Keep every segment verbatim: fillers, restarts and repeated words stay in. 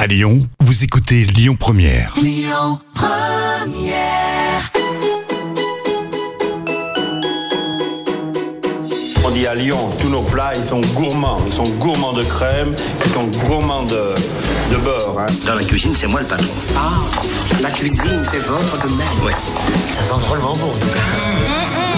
À Lyon, vous écoutez Lyon Première. Lyon Première. On dit à Lyon, tous nos plats, ils sont gourmands. Ils sont gourmands de crème, ils sont gourmands de, de beurre. Hein. Dans la cuisine, c'est moi le patron. Ah, la cuisine, c'est votre domaine. Oui. Ça sent drôlement bon, en tout cas.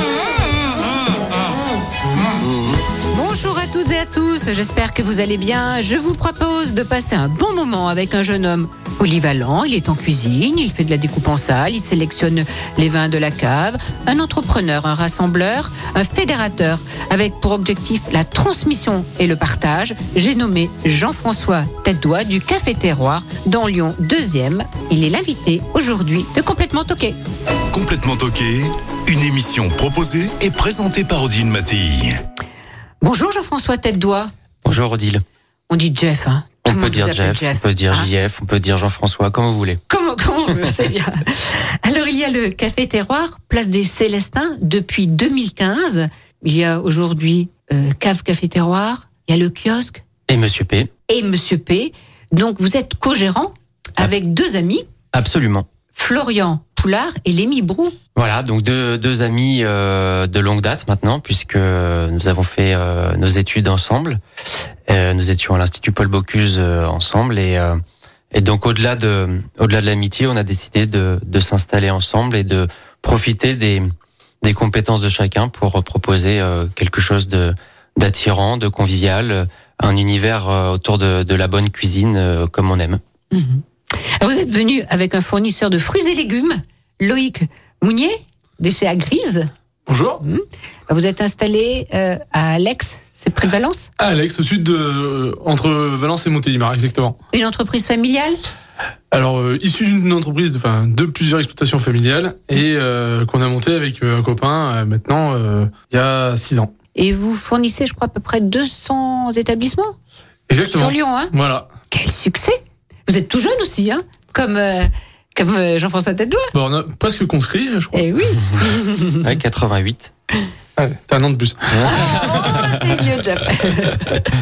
Bonjour à toutes et à tous, j'espère que vous allez bien. Je vous propose de passer un bon moment avec un jeune homme polyvalent. Il est en cuisine, il fait de la découpe en salle, il sélectionne les vins de la cave. Un entrepreneur, un rassembleur, un fédérateur avec pour objectif la transmission et le partage. J'ai nommé Jean-François Tête-Doigt du Café Terroir dans Lyon deuxième. Il est l'invité aujourd'hui de Complètement Toqué. Complètement Toqué, une émission proposée et présentée par Odile Mattei. Bonjour Jean-François Tête-Doigt. Bonjour Odile. On dit Jeff, hein. On Tout le peut monde dire vous appelle Jeff, on peut dire Ah. J F, on peut dire Jean-François, comme vous voulez. Comment, comment on veut, c'est bien. Alors, il y a le Café Terroir, place des Célestins, depuis deux mille quinze. Il y a aujourd'hui euh, Cave Café Terroir, il y a le kiosque Et Monsieur P. et Monsieur P. Donc, vous êtes co-gérant avec deux amis, Absolument. Florian Poulard et Lémi Brou. Voilà, donc deux, deux amis euh, de longue date maintenant, puisque nous avons fait euh, nos études ensemble. Euh, nous étions à l'Institut Paul Bocuse euh, ensemble, et, euh, et donc au-delà de, au-delà de l'amitié, on a décidé de, de s'installer ensemble et de profiter des, des compétences de chacun pour proposer euh, quelque chose de d'attirant, de convivial, un univers euh, autour de, de la bonne cuisine euh, comme on aime. Mmh. Alors, vous êtes venu avec un fournisseur de fruits et légumes, Loïc Mounier, de chez Agrise. Bonjour. Mmh. Vous êtes installé euh, à Alex, c'est près de Valence. Ah, Alex, au sud de, euh, entre Valence et Montélimar, exactement. Une entreprise familiale. Alors, euh, issu d'une entreprise, enfin, de plusieurs exploitations familiales, et euh, qu'on a monté avec euh, un copain euh, maintenant, euh, il y a six ans. Et vous fournissez, je crois, à peu près deux cents établissements Exactement. sur Lyon, hein. Voilà. Quel succès! Vous êtes tout jeune aussi, hein, comme euh, comme euh, Jean-François Tête-Doigt. Bon, on a presque conscrit, je crois. Eh oui. Ouais, quatre-vingt-huit. Ouais, t'as un an de plus. Ah, t'es vieux, Jeff.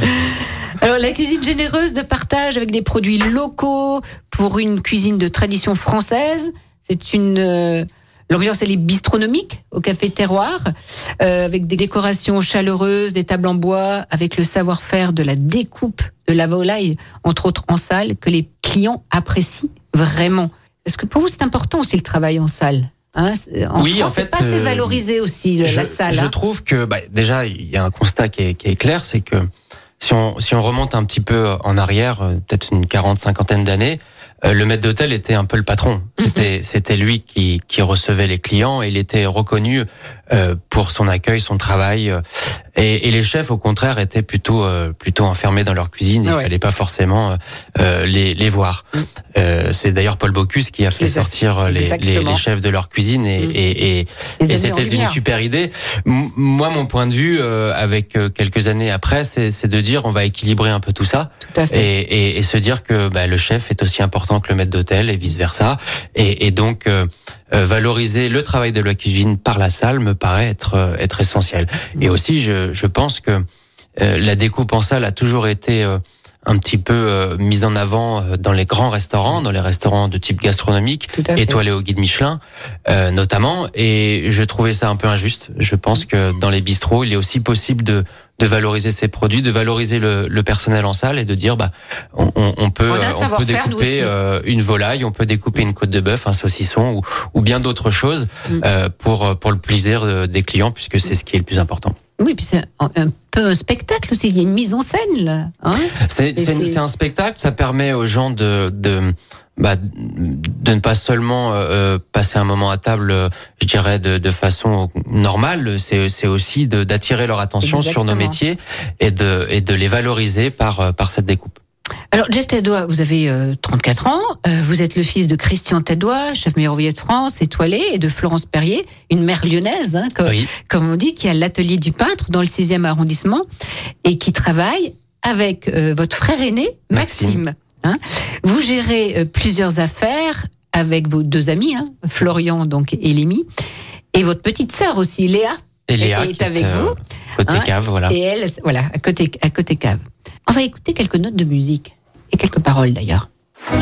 Alors, la cuisine généreuse de partage avec des produits locaux pour une cuisine de tradition française, c'est une euh, l'ambiance elle est bistronomique au Café Terroir, euh, avec des décorations chaleureuses, des tables en bois, avec le savoir-faire de la découpe de la volaille, entre autres en salle, que les clients apprécient vraiment. Est-ce que pour vous c'est important aussi le travail en salle, hein? En Oui, France, en fait, c'est pas assez euh, valorisé aussi le- je, la salle. Je hein. trouve que bah, déjà il y a un constat qui est, qui est clair, c'est que si on si on remonte un petit peu en arrière, euh, peut-être une quarante, cinquantaine d'années, euh, le maître d'hôtel était un peu le patron. Mhm. C'était c'était lui qui qui recevait les clients et il était reconnu euh, pour son accueil, son travail. euh, Et, et les chefs, au contraire, étaient plutôt euh, plutôt enfermés dans leur cuisine. Il Ah ouais. fallait pas forcément euh, euh, les les voir. Mhm. Euh, c'est d'ailleurs Paul Bocuse qui a fait Exact. sortir les, les Exactement. les chefs de leur cuisine et Mhm. et, et, Les et amis en c'était une lumière. super idée. M- Moi, mon point de vue, euh, avec euh, quelques années après, c'est, c'est de dire on va équilibrer un peu tout ça Tout à fait. et, et, et se dire que bah, le chef est aussi important que le maître d'hôtel et vice versa. Et, et donc euh, euh, valoriser le travail de la cuisine par la salle me paraît être euh, être essentiel. Et aussi, je, je pense que euh, la découpe en salle a toujours été euh, un petit peu euh, mise en avant euh, dans les grands restaurants, dans les restaurants de type gastronomique, Tout à fait. étoilés au guide Michelin, euh, notamment. Et je trouvais ça un peu injuste. Je pense que dans les bistrots, il est aussi possible de de valoriser ces produits, de valoriser le, le personnel en salle et de dire bah on, on, on peut On a un on peut savoir-faire, nous aussi. découper euh, une volaille, on peut découper une côte de bœuf, un saucisson ou, ou bien d'autres choses Mm. euh, pour pour le plaisir euh, des clients puisque c'est ce qui est le plus important. Oui, puis c'est un, un peu un spectacle aussi. Il y a une mise en scène, là. Hein. C'est Et c'est, c'est- c'est un spectacle, ça permet aux gens de de bah, de ne pas seulement euh, passer un moment à table, euh, je dirais de, de façon normale, c'est c'est aussi de, d'attirer leur attention sur nos Exactement. métiers et de et de les valoriser par euh, par cette découpe. Alors, Jeff Tête-Doigt, vous avez euh, trente-quatre ans. Euh, vous êtes le fils de Christian Tête-Doigt, chef meilleur ouvrier de France, étoilé, et de Florence Perrier, une mère lyonnaise, hein, comme, Oui. comme on dit, qui a l'atelier du peintre dans le sixième arrondissement et qui travaille avec euh, votre frère aîné, Maxime. Maxime. Hein. Vous gérez euh, plusieurs affaires avec vos deux amis, hein, Florian donc et Lémi, et votre petite sœur aussi, Léa, Et Léa est qui avec euh, vous. côté Hein, cave, voilà. Et elle, voilà, à côté, à côté cave. On va écouter quelques notes de musique et quelques paroles d'ailleurs.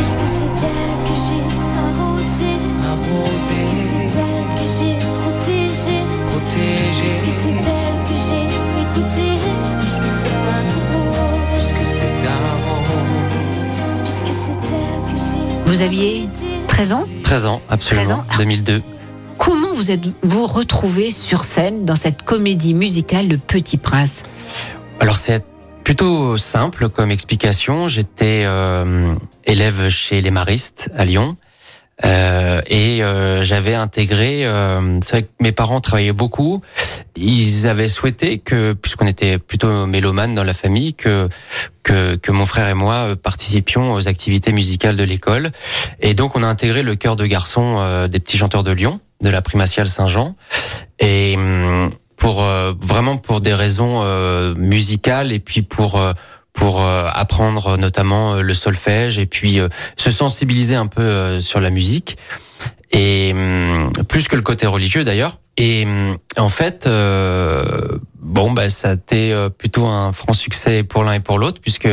Puisque c'est elle que j'ai arrosée, puisque c'est elle que j'ai protégée, puisque c'est elle que j'ai écoutée, puisque c'est amour, puisque c'est amour, puisque c'est elle que j'ai. Vous aviez treize ans ? treize ans, absolument. treize ans. deux mille deux. Comment vous êtes-vous retrouvé sur scène dans cette comédie musicale Le Petit Prince ? Alors c'est plutôt simple comme explication. J'étais euh, élève chez les Maristes à Lyon euh, et euh, j'avais intégré. Euh, c'est vrai que mes parents travaillaient beaucoup. Ils avaient souhaité que, puisqu'on était plutôt mélomanes dans la famille, que que, que mon frère et moi participions aux activités musicales de l'école. Et donc on a intégré le chœur de garçons euh, des petits chanteurs de Lyon, de la primatiale Saint-Jean. Et pour euh, vraiment pour des raisons euh, musicales et puis pour euh, pour euh, apprendre notamment euh, le solfège et puis euh, se sensibiliser un peu euh, sur la musique et euh, plus que le côté religieux d'ailleurs. Et euh, en fait euh, bon bah ça a été plutôt un franc succès pour l'un et pour l'autre puisque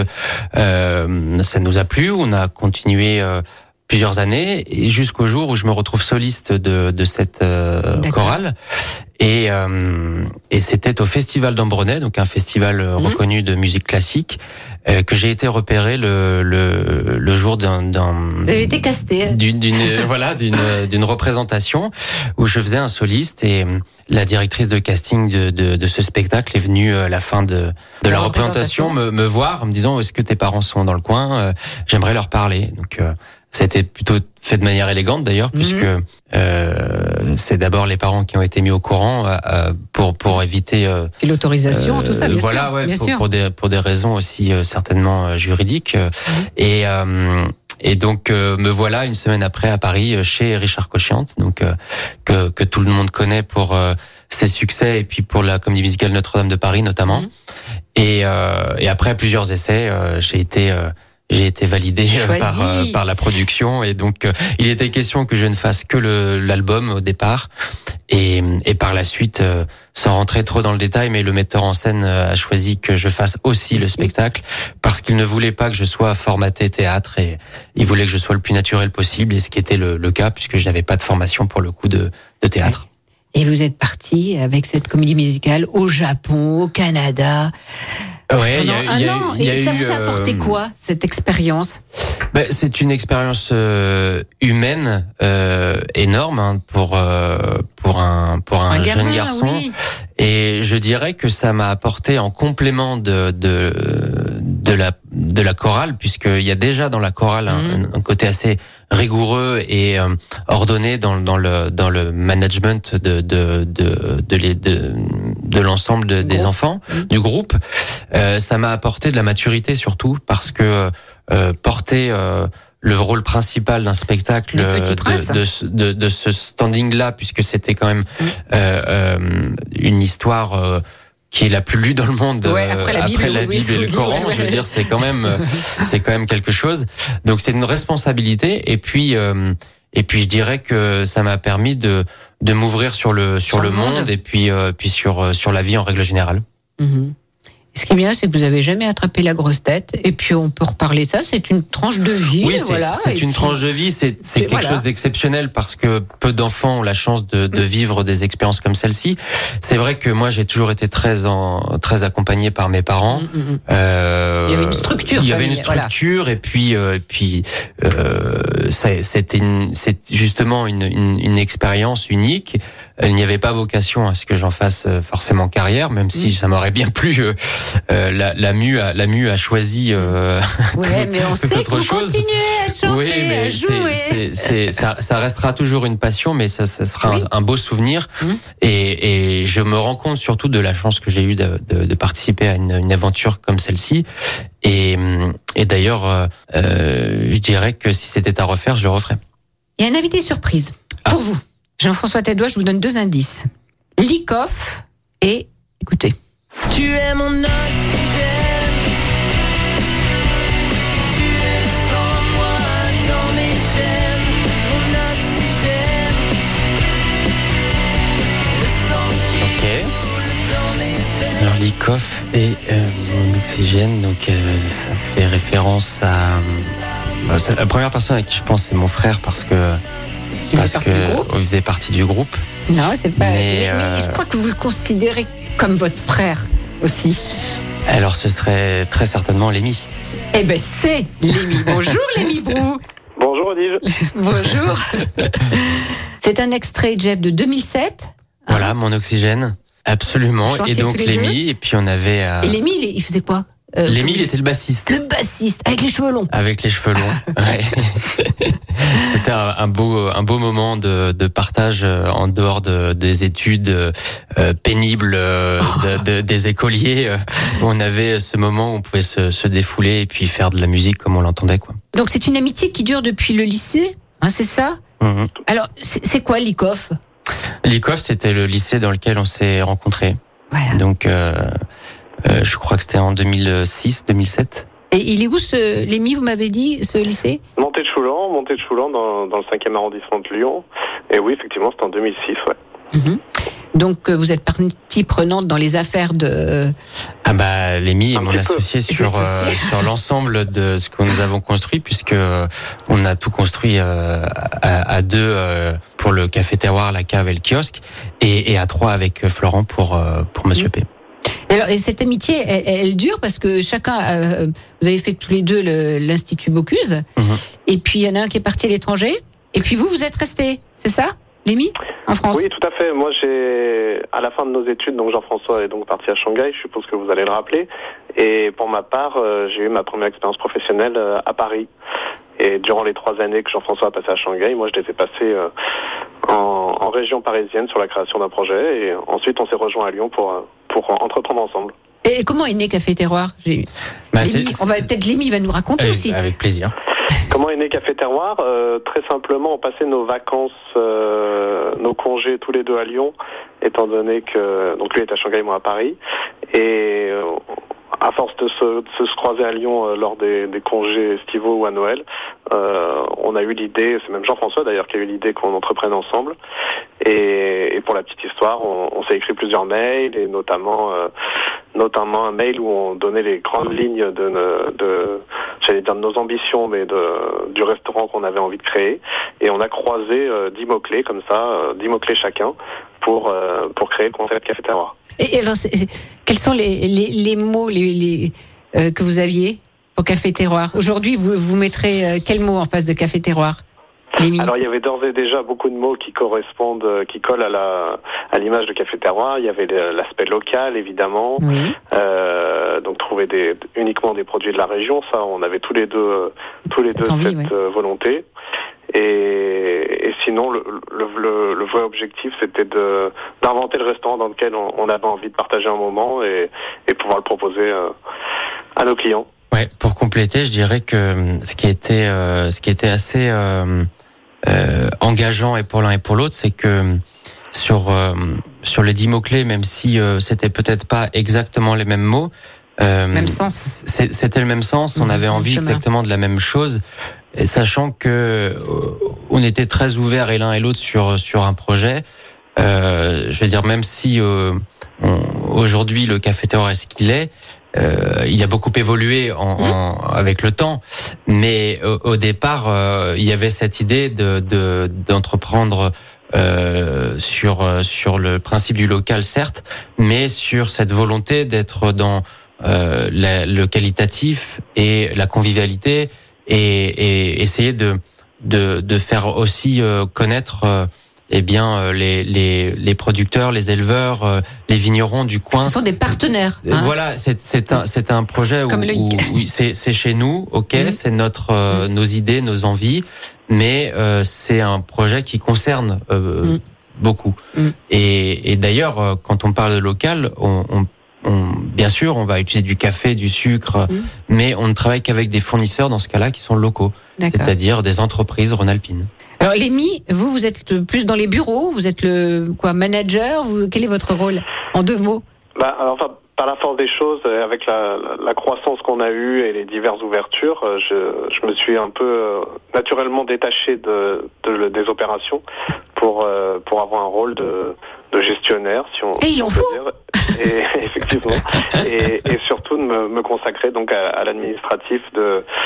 euh, ça nous a plu, on a continué euh, plusieurs années et jusqu'au jour où je me retrouve soliste de de cette euh, chorale et euh, et c'était au Festival d'Ambronay, donc un festival mmh. reconnu de musique classique euh, que j'ai été repéré le le le jour d'un d'un Vous avez été casté d'une d'une voilà d'une d'une représentation où je faisais un soliste et la directrice de casting de de de ce spectacle est venue à la fin de de la, la représentation, représentation me me voir en me disant est-ce que tes parents sont dans le coin, euh, j'aimerais leur parler. Donc euh, ça a été plutôt fait de manière élégante d'ailleurs, mmh. puisque euh, c'est d'abord les parents qui ont été mis au courant euh, pour pour éviter euh, et l'autorisation, euh, tout ça, bien voilà, sûr. Ouais, bien pour, sûr. pour des pour des raisons aussi euh, certainement euh, juridiques. Mmh. Et euh, et donc euh, me voilà une semaine après à Paris chez Richard Cochiante, donc euh, que que tout le monde connaît pour euh, ses succès et puis pour la comédie musicale Notre-Dame de Paris notamment. Mmh. Et euh, et après plusieurs essais, euh, j'ai été euh, J'ai été validé Choisi. par euh, par la production et donc euh, il était question que je ne fasse que le l'album au départ et et par la suite euh, sans rentrer trop dans le détail, mais le metteur en scène a choisi que je fasse aussi le spectacle parce qu'il ne voulait pas que je sois formaté théâtre et il voulait que je sois le plus naturel possible, et ce qui était le, le cas puisque je n'avais pas de formation pour le coup de de théâtre. Et vous êtes parti avec cette comédie musicale au Japon, au Canada. Ouais, pendant y a, y a, un an. y a Et eu, ça vous a apporté euh, quoi, cette expérience ? Ben, c'est une expérience euh, humaine euh, énorme hein, pour euh, pour un pour un, un jeune gamin, garçon. Oui. Et je dirais que ça m'a apporté en complément de de de la de la chorale, puisqu'il y a déjà dans la chorale mmh. un, un côté assez rigoureux et euh, ordonné dans dans le dans le management de de de de les de, de l'ensemble de, des enfants mmh. du groupe. Euh, ça m'a apporté de la maturité surtout parce que euh, porter euh, le rôle principal d'un spectacle de, de, de, de ce standing-là, puisque c'était quand même mmh. euh, euh, une histoire euh, qui est la plus lue dans le monde ouais, après la Bible, après la oui, Bible et le Coran. Ouais, ouais. Je veux dire, c'est quand même, c'est quand même quelque chose. Donc c'est une responsabilité. Et puis, euh, et puis je dirais que ça m'a permis de de m'ouvrir sur le sur, sur le monde, monde et puis euh, puis sur sur la vie en règle générale. Mmh. Ce qui est bien, c'est que vous avez jamais attrapé la grosse tête. Et puis, on peut reparler de ça. C'est une tranche de vie. Oui, c'est, voilà. c'est une puis, tranche de vie. C'est, c'est quelque voilà. chose d'exceptionnel parce que peu d'enfants ont la chance de, de vivre des expériences comme celle-ci. C'est vrai que moi, j'ai toujours été très en, très accompagné par mes parents. Mmh, mmh. Euh, il y avait une structure. Il y avait une structure. Voilà. Et puis, euh, et puis, euh, ça, c'était une, c'est justement une, une, une expérience unique. Il n'y avait pas vocation à ce que j'en fasse forcément carrière, même si mmh. ça m'aurait bien plu. Euh, euh, la, la Mue a, la Mue a choisi. Euh, ouais, mais on sait autre que vous chose. continuez à chanter, oui, mais à jouer. C'est, c'est, c'est, ça, ça restera toujours une passion, mais ça, ça sera oui. un, un beau souvenir. Mmh. Et, et je me rends compte surtout de la chance que j'ai eue de, de, de participer à une, une aventure comme celle-ci. Et, et d'ailleurs, euh, je dirais que si c'était à refaire, je le referais. Il y a un invité surprise ah. pour vous. Jean-François Tedouat, je vous donne deux indices. Likoff et, écoutez. Tu es mon oxygène, tu es sans moi dans mes gènes, mon oxygène, le sang qui okay. coule dans mes veines. Alors Likoff et euh, mon oxygène, donc euh, ça fait référence à bah, c'est la première personne à qui je pense, c'est mon frère, parce que Il parce faisait partie du groupe. que il faisait partie du groupe. Non, c'est pas. Mais, Mais, mais euh, je crois que vous le considérez comme votre frère aussi. Alors ce serait très certainement Lémi. Eh ben, c'est Lémi. Bonjour, Lémi Brou. Bonjour Odile. Bonjour. C'est un extrait, Jeff, de deux mille sept. Voilà, mon oxygène. Absolument. Chantiez Et donc tous les Lémi, et puis on avait. euh, Et Lémi, il, il faisait quoi Euh, Lémi, il était le bassiste. Le bassiste, avec les cheveux longs. Avec les cheveux longs. Ouais. C'était un, un beau, un beau moment de, de partage euh, en dehors de, des études euh, pénibles euh, de, de, des écoliers. euh, où on avait ce moment où on pouvait se, se défouler et puis faire de la musique comme on l'entendait, quoi. Donc c'est une amitié qui dure depuis le lycée, hein, c'est ça? Mhm. Alors, c'est c'est quoi l'I C O F? L'I C O F, c'était le lycée dans lequel on s'est rencontrés. Voilà. Donc, euh, euh, je crois que c'était en deux mille six, deux mille sept. Et il est où ce Lémi, vous m'avez dit, ce lycée? Montée de Choulan, Montée de Choulan dans, dans le cinquième arrondissement de Lyon. Et oui, effectivement, c'était en deux mille six, ouais. Mhm. Donc euh, vous êtes partie prenante dans les affaires de... Ah bah Lémi est Un mon petit peu. associé Vous sur êtes associé. euh, sur l'ensemble de ce que nous avons construit, puisque euh, on a tout construit euh, à, à deux euh, pour le café terroir, la cave et le kiosque, et, et à trois avec Florent pour euh, pour Monsieur P. Et, alors, et cette amitié, elle, elle dure parce que chacun, euh, vous avez fait tous les deux le- l'Institut Bocuse, Mhm. et puis il y en a un qui est parti à l'étranger, et puis vous, vous êtes resté, c'est ça, Lémi, en France? Oui, tout à fait. Moi, j'ai, à la fin de nos études, donc Jean-François est donc parti à Shanghai, je suppose que vous allez le rappeler. Et pour ma part, euh, j'ai eu ma première expérience professionnelle euh, à Paris. Et durant les trois années que Jean-François a passé à Shanghai, moi, je les ai passées euh, en, en région parisienne sur la création d'un projet. Et ensuite, on s'est rejoint à Lyon pour, euh, pour entreprendre ensemble. Et comment est né Café Terroir? J'ai- Bah, Lémi, c'est- on va peut-être Lémi va nous raconter Avec, aussi. avec plaisir. Comment est né Café Terroir? euh, Très simplement, on passait nos vacances, euh, nos congés tous les deux à Lyon, étant donné que donc lui est à Shanghai, moi à Paris, et euh, à force de se, de se croiser à Lyon euh, lors des, des congés estivaux ou à Noël, euh, on a eu l'idée, c'est même Jean-François d'ailleurs qui a eu l'idée qu'on entreprenne ensemble. Et, et pour la petite histoire, on, on s'est écrit plusieurs mails, et notamment, euh, notamment un mail où on donnait les grandes lignes de, de, de j'allais dire de nos ambitions, mais de, du restaurant qu'on avait envie de créer. Et on a croisé euh, dix mots-clés comme ça, euh, dix mots-clés chacun, pour, euh, pour créer le concept Café Terroir. Et, et alors, c'est- c'est- quels sont les, les, les mots les, les, euh, que vous aviez pour Café Terroir? Aujourd'hui, vous, vous mettrez euh, quel mot en face de Café Terroir, Lémi? Alors il y avait d'ores et déjà beaucoup de mots qui correspondent, euh, qui collent à la à l'image de Café Terroir. Il y avait le- l'aspect local évidemment, Oui. euh, donc trouver des, uniquement des produits de la région. Ça, on avait tous les deux euh, tous les Cette deux envie, cette ouais. euh, volonté. Et, et sinon, le, le, le, le vrai objectif, c'était de d'inventer le restaurant dans lequel on, on avait envie de partager un moment et, et pouvoir le proposer euh, à nos clients. Ouais, pour compléter, je dirais que euh, ce qui était euh, ce qui était assez euh, euh, engageant et pour l'un et pour l'autre, c'est que sur euh, sur les dix mots clés, même si euh, c'était peut-être pas exactement les mêmes mots, euh, Même sens. c'est- c'était le même sens. On Mhm, avait envie chemin. exactement de la même chose, et sachant que euh, on était très ouverts et l'un et l'autre sur sur un projet. Euh, je veux dire, même si euh, on- aujourd'hui le Café Terroir est ce qu'il est. Euh, il a beaucoup évolué en, en- avec le temps, mais au, au départ, euh, il y avait cette idée de de- d'entreprendre euh, sur sur le principe du local, certes, mais sur cette volonté d'être dans euh, la- le qualitatif et la convivialité, et, et essayer de de de faire aussi euh, connaître euh, eh bien euh, les les les producteurs, les éleveurs, euh, les vignerons du coin. Ce sont des partenaires. Euh, hein. Voilà, c'est c'est un c'est un projet où, Comme le où- hic. où c'est c'est chez nous, ok, Mhm. c'est notre euh, nos idées, nos envies, mais euh, c'est un projet qui concerne euh, Mhm. beaucoup. Mhm. Et, et d'ailleurs, euh, quand on parle de local, on, on, on bien sûr, on va utiliser du café, du sucre, Mhm. mais on ne travaille qu'avec des fournisseurs dans ce cas-là qui sont locaux, D'accord. c'est-à-dire des entreprises rhône-alpines. Alors Lémi, vous, vous êtes le- plus dans les bureaux, vous êtes le quoi, manager, vous, quel est votre rôle en deux mots? Bah, alors, enfin, par la force des choses, euh, avec la, la croissance qu'on a eue et les diverses ouvertures, euh, je, je me suis un peu euh, naturellement détaché de, de- des opérations pour euh, pour avoir un rôle de, de gestionnaire, si on, Et il si en on faut. peut dire. Et effectivement, et, et surtout de me, me consacrer donc à, à l'administratif de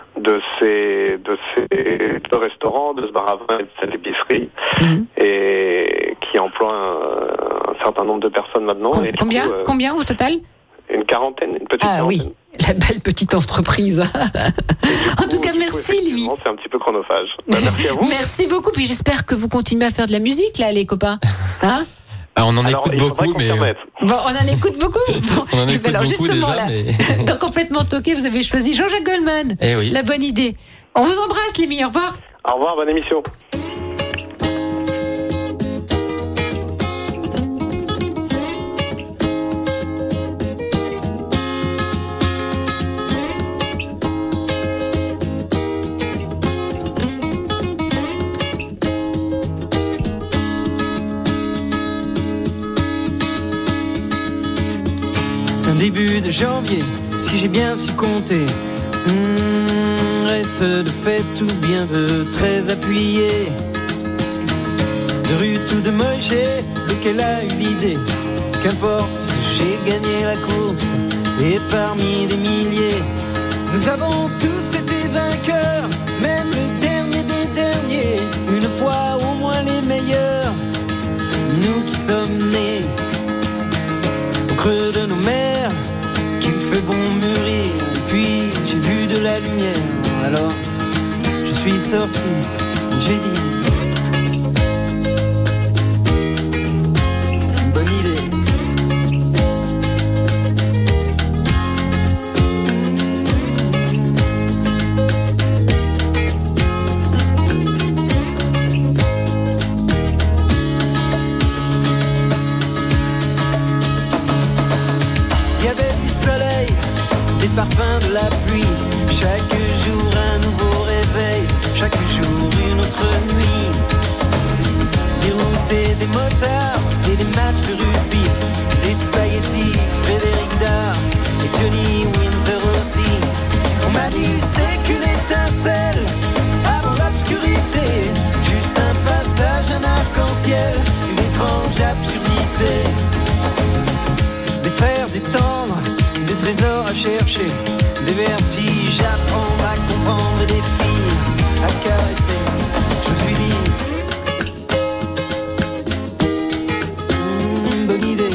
de ces, de ces de restaurants, de ce bar à vin et de cette épicerie, Mhm. et qui emploie un, un certain nombre de personnes maintenant. Com- Et du combien coup, euh, Combien au total? Une quarantaine, une petite Ah quarantaine. oui, la belle petite entreprise. En tout cas, Du coup, merci, lui. effectivement, c'est un petit peu chronophage. Bah, merci à vous. Merci beaucoup. Puis j'espère que vous continuez à faire de la musique, là, les copains. Hein? Ah, on en Alors, écoute il faudrait beaucoup, qu'on mais s'y euh, remette. Bon, on en écoute beaucoup. Bon, on en eh écoute ben alors, beaucoup justement, déjà. là, Mais... dans Complètement Toqué, vous avez choisi Jean-Jacques Goldman. Eh oui. La bonne idée. On vous embrasse, les meilleurs. Au revoir. Au revoir, bonne émission. Un début de janvier, si j'ai bien su compter. Hmm, reste de fait tout bien peu très appuyé. De Ruth ou de Moïse, lequel a eu l'idée? Qu'importe, j'ai gagné la course. Et parmi des milliers, nous avons tous été vainqueurs. Même le dernier des derniers, une fois au moins les meilleurs. Nous qui sommes nés au creux de nos mers, qu'il fait bon mûrir. Puis j'ai vu de la lumière, alors je suis sorti, j'ai dit bonne idée. Il y avait du soleil, des parfums de la pluie. Chaque jour un nouveau réveil, chaque jour une autre nuit. Des routes et des motards et des matchs de rugby. Des spaghettis, Frédéric Dard et Johnny Winter aussi. On m'a dit c'est qu'une étincelle avant l'obscurité. Juste un passage, un arc-en-ciel, une étrange absurdité. Des fers, des tendres, des trésors à chercher, des vertiges à prendre, à comprendre, et des filles à caresser. Je suis libre. Mmh, bonne idée.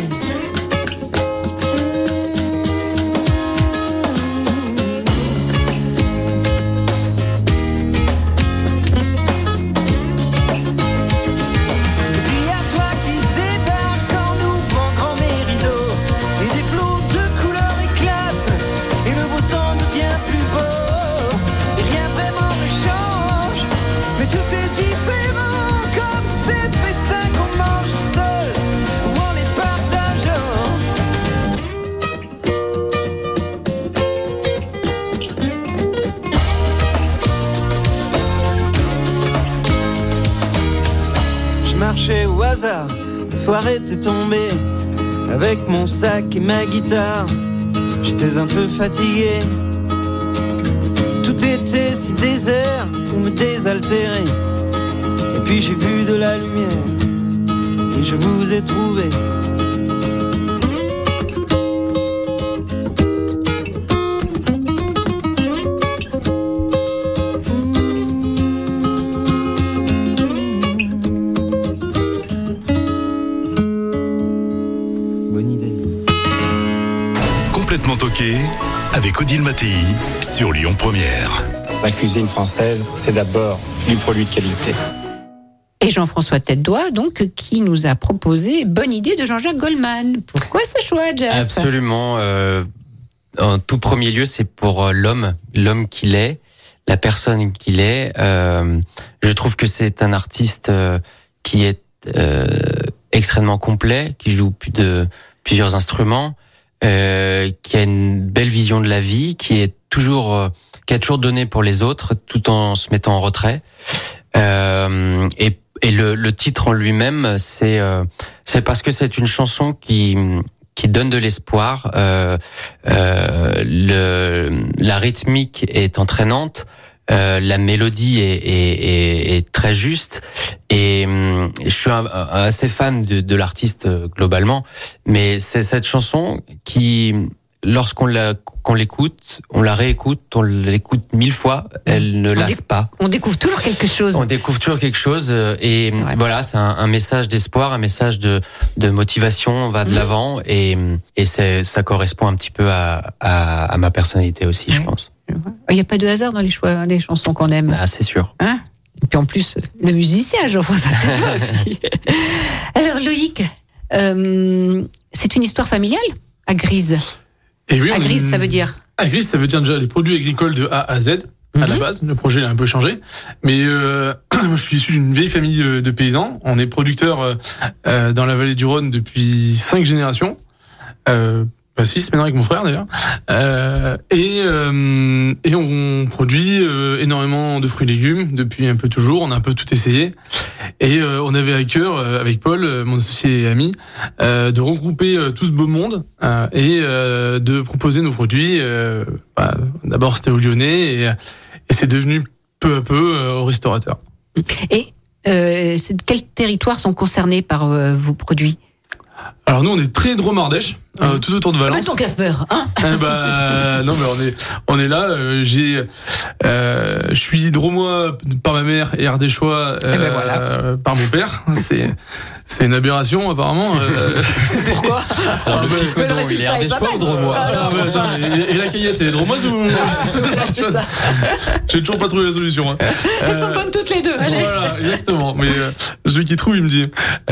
Et puis à toi qui débarque en ouvrant grand mes rideaux. Et des flots de couleurs éclatent, et le beau sang devient plus beau. Et rien vraiment ne change, mais tout est différent. Comme ces festins qu'on mange seul, ou en les partageant. Je marchais au hasard, la soirée était tombée. Avec mon sac et ma guitare, j'étais un peu fatigué. Tout était si désert pour me désaltérer. Et puis j'ai vu de la lumière, et je vous ai trouvé. Bonne idée. Complètement toqué avec Odile Mattei sur Lyon Première. La cuisine française, c'est d'abord du produit de qualité. Et Jean-François Tête-Doigt, donc, qui nous a proposé Bonne idée de Jean-Jacques Goldman. Pourquoi ce choix, Jeff? Absolument. Euh, en tout premier lieu, c'est pour euh, l'homme, l'homme qu'il est, la personne qu'il est. Euh, je trouve que c'est un artiste euh, qui est euh, extrêmement complet, qui joue plus de plusieurs instruments, euh, qui a une belle vision de la vie, qui est toujours, euh, qui a toujours donné pour les autres, tout en se mettant en retrait. Euh, et et le, le titre en lui-même, c'est euh, c'est parce que c'est une chanson qui qui donne de l'espoir. Euh, euh, le la rythmique est entraînante, euh, la mélodie est, est, est, est très juste. Et hum, je suis un, un, assez fan de, de l'artiste globalement, mais c'est cette chanson qui lorsqu'on la, qu'on l'écoute, on la réécoute, on l'écoute mille fois, elle ne On lasse dé- pas. On découvre toujours quelque chose. On découvre toujours quelque chose euh, et C'est vrai. voilà, c'est un, un message d'espoir, un message de, de motivation, on va de Mhm. l'avant et, et c'est, ça correspond un petit peu à, à, à ma personnalité aussi, je Ouais. pense. Il n'y a pas de hasard dans les choix des chansons qu'on aime. Ah, c'est sûr. Hein Et puis en plus, le musicien, Jean-François Tête-Doigt aussi. Alors Loïc, euh, c'est une histoire familiale à Grise. Et oui, À on a Grise, une- ça veut dire Agris, ça veut dire déjà les produits agricoles de A à Z. À la Mhm. base, le projet il a un peu changé, mais euh, je suis issu d'une vieille famille de, de paysans. On est producteur euh, euh, dans la vallée du Rhône depuis cinq générations, euh, bah six maintenant avec mon frère d'ailleurs. Euh, et euh, et on produit euh, énormément de fruits et légumes depuis un peu toujours. On a un peu tout essayé et euh, on avait à cœur euh, avec Paul, euh, mon associé et ami, euh, de regrouper euh, tout ce beau monde euh, et euh, de proposer nos produits. Euh, bah, d'abord c'était aux Lyonnais et et c'est devenu peu à peu euh, aux restaurateurs. Et euh, c'est- quels territoires sont concernés par euh, vos produits? Alors nous on est très dromardèche, euh, tout autour de Mais Valence. tant qu'à faire, hein Eh bah, non mais on est on est là. euh, j'ai euh, je suis dromois par ma mère et ardéchois euh, Eh ben voilà. par mon père. C'est c'est une aberration apparemment. euh. Pourquoi Alors, le bah, petit mais le codon, il est résultat est pas ardéchois mal. ou dromois? Ah, Ah, bah, attends, et, et la caillette elle est dromoise ou Voilà, c'est ça. J'ai toujours pas trouvé la solution. Hein. Elles sont Euh, bonnes toutes les deux, allez. Voilà, exactement. Mais euh, celui qui trouve, il me dit.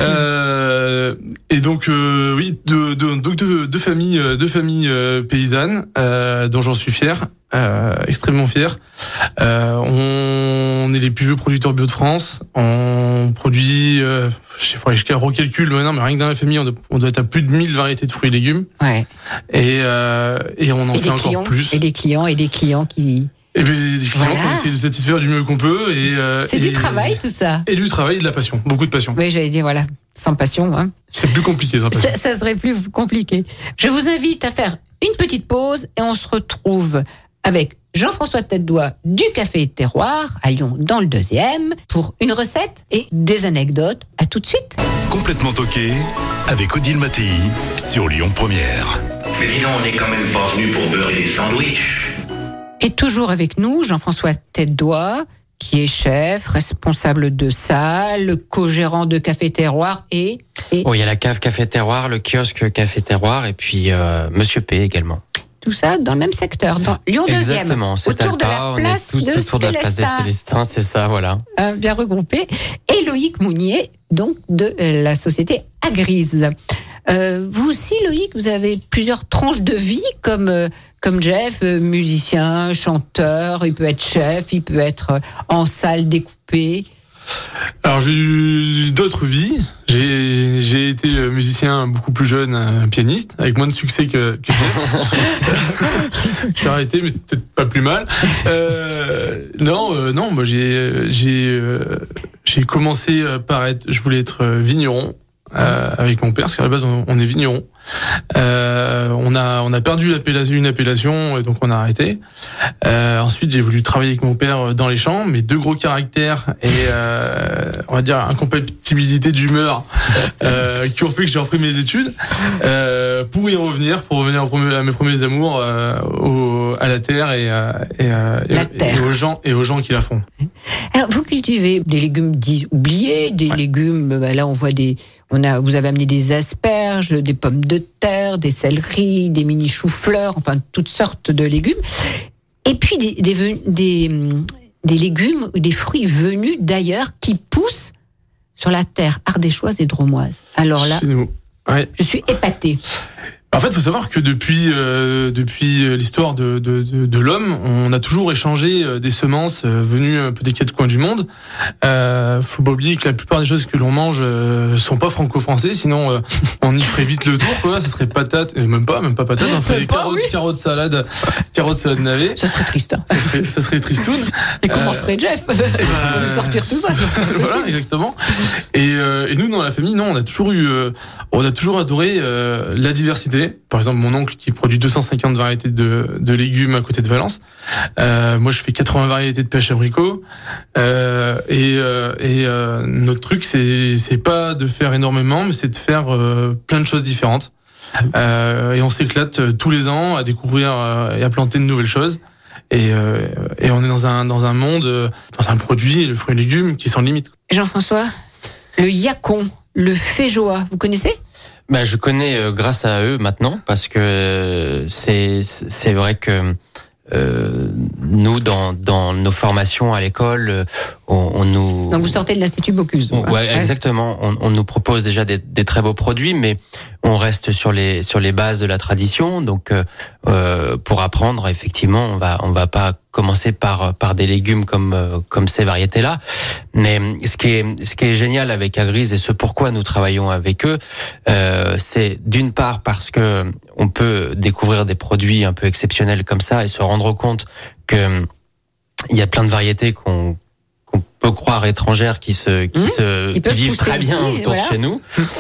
Euh, et donc, euh, oui, deux, deux, donc deux, deux familles, euh, deux familles euh, paysannes, euh, dont j'en suis fier, euh, extrêmement fier. Euh, on est les plus vieux producteurs bio de France. On produit, euh, je sais pas, je recalcule, mais non, mais rien que dans la famille, on doit, on doit être à plus de mille variétés de fruits et légumes. Ouais. Et, euh, et on en Et fait des encore clients, plus. et des clients, et des clients qui. Et bien, des clients Voilà. qu'on essaie de satisfaire du mieux qu'on peut. Et, euh, C'est et- du travail, tout ça. Et du travail et de la passion. Beaucoup de passion. Oui, j'allais dire, voilà, sans passion, hein. C'est plus compliqué, ça. Ça, ça serait plus compliqué. Je vous invite à faire une petite pause et on se retrouve avec Jean-François Tête-Doigt du Café Terroir à Lyon dans le deuxième pour une recette et des anecdotes. À tout de suite. Complètement toqué avec Odile Mattei sur Lyon Première. Mais dis donc, on n'est quand même pas venu pour beurrer des sandwichs. Et toujours avec nous, Jean-François Tête-Doigt, qui est chef, responsable de salle, co-gérant de Café Terroir et... et Oh, il y a la cave Café Terroir, le kiosque Café Terroir et puis euh, Monsieur P également. tout ça dans le même secteur, dans Lyon deuxième. Exactement, c'est autour de Alpa, la on place est tout de autour de la place des Célestins. Célestins, c'est ça, voilà. Euh, bien regroupé. Et Loïc Mounier, donc de euh, la société Agrise. Euh, vous aussi, Loïc, vous avez plusieurs tranches de vie, comme, euh, comme Jeff, euh, musicien, chanteur, il peut être chef, il peut être euh, en salle découpée. Alors j'ai eu d'autres vies. J'ai j'ai été musicien beaucoup plus jeune, un pianiste, avec moins de succès que, que Je suis arrêté, mais c'est peut-être pas plus mal. Euh, non, euh, non, moi j'ai j'ai euh, j'ai commencé par être, je voulais être vigneron. Euh, avec mon père, parce qu'à la base on, on est vigneron. Euh, on a on a perdu l'appellation, une appellation, et donc on a arrêté. Euh, ensuite j'ai voulu travailler avec mon père dans les champs, mais deux gros caractères et euh, on va dire incompatibilité d'humeur euh, qui ont fait que j'ai repris mes études euh, pour y revenir, pour revenir à mes premiers amours, euh, au, à la terre et, euh, et, euh, La et, terre. et aux gens et aux gens qui la font. Alors, vous cultivez des légumes dits oubliés, des Ouais. légumes, bah, là on voit des... On a, vous avez amené des asperges, des pommes de terre, des céleris, des mini choux-fleurs, enfin toutes sortes de légumes. Et puis des, des, ven- des, hum, des légumes ou des fruits venus d'ailleurs qui poussent sur la terre ardéchoise et dromoise. Alors là, Chez nous. Ouais. je suis épatée. En fait, il faut savoir que depuis euh, depuis l'histoire de, de, de, de l'homme, on a toujours échangé euh, des semences euh, venues un peu des quatre coins du monde. Euh, faut pas oublier que la plupart des choses que l'on mange euh, sont pas franco-français, sinon euh, on y ferait vite le tour, quoi. Ça serait patate, et même pas, même pas patate, on ferait Même pas, carottes, oui. carottes salade, carottes salade navet. Ça serait triste. hein. Ça serait, ça serait tristoun. Et comment Euh, ferait Jeff Faut nous sortir tout ça. Voilà, exactement. Et, euh, et nous, dans la famille, non, on a toujours eu, euh, on a toujours adoré euh, la diversité. Par exemple, mon oncle qui produit deux cent cinquante variétés de, de légumes à côté de Valence. Euh, moi, je fais quatre-vingts variétés de pêche abricot. Euh, et euh, et euh, notre truc, c'est c'est pas de faire énormément, mais c'est de faire euh, plein de choses différentes. euh, et on s'éclate euh, tous les ans à découvrir euh, et à planter de nouvelles choses. Et, euh, et on est dans un dans un monde, euh, dans un produit, le fruit et légumes qui sont limite. Jean-François, le yacon, le féjoa, vous connaissez ? Ben, je connais euh, grâce à eux maintenant parce que euh, c'est c'est vrai que euh, nous dans dans nos formations à l'école, euh, on, on nous Donc vous sortez de l'Institut Bocuse. on, ouais, hein, exactement. On, on nous propose déjà des, des très beaux produits, mais on reste sur les sur les bases de la tradition. Donc euh, pour apprendre, effectivement, on va on va pas commencer par par des légumes comme euh, comme ces variétés-là. Mais ce qui est ce qui est génial avec Agriz et ce pourquoi nous travaillons avec eux, euh, c'est d'une part parce que on peut découvrir des produits un peu exceptionnels comme ça et se rendre compte que il y a plein de variétés qu'on qu'on peut croire étrangères qui se qui mmh, se qui vivent très bien aussi, autour voilà. de chez nous.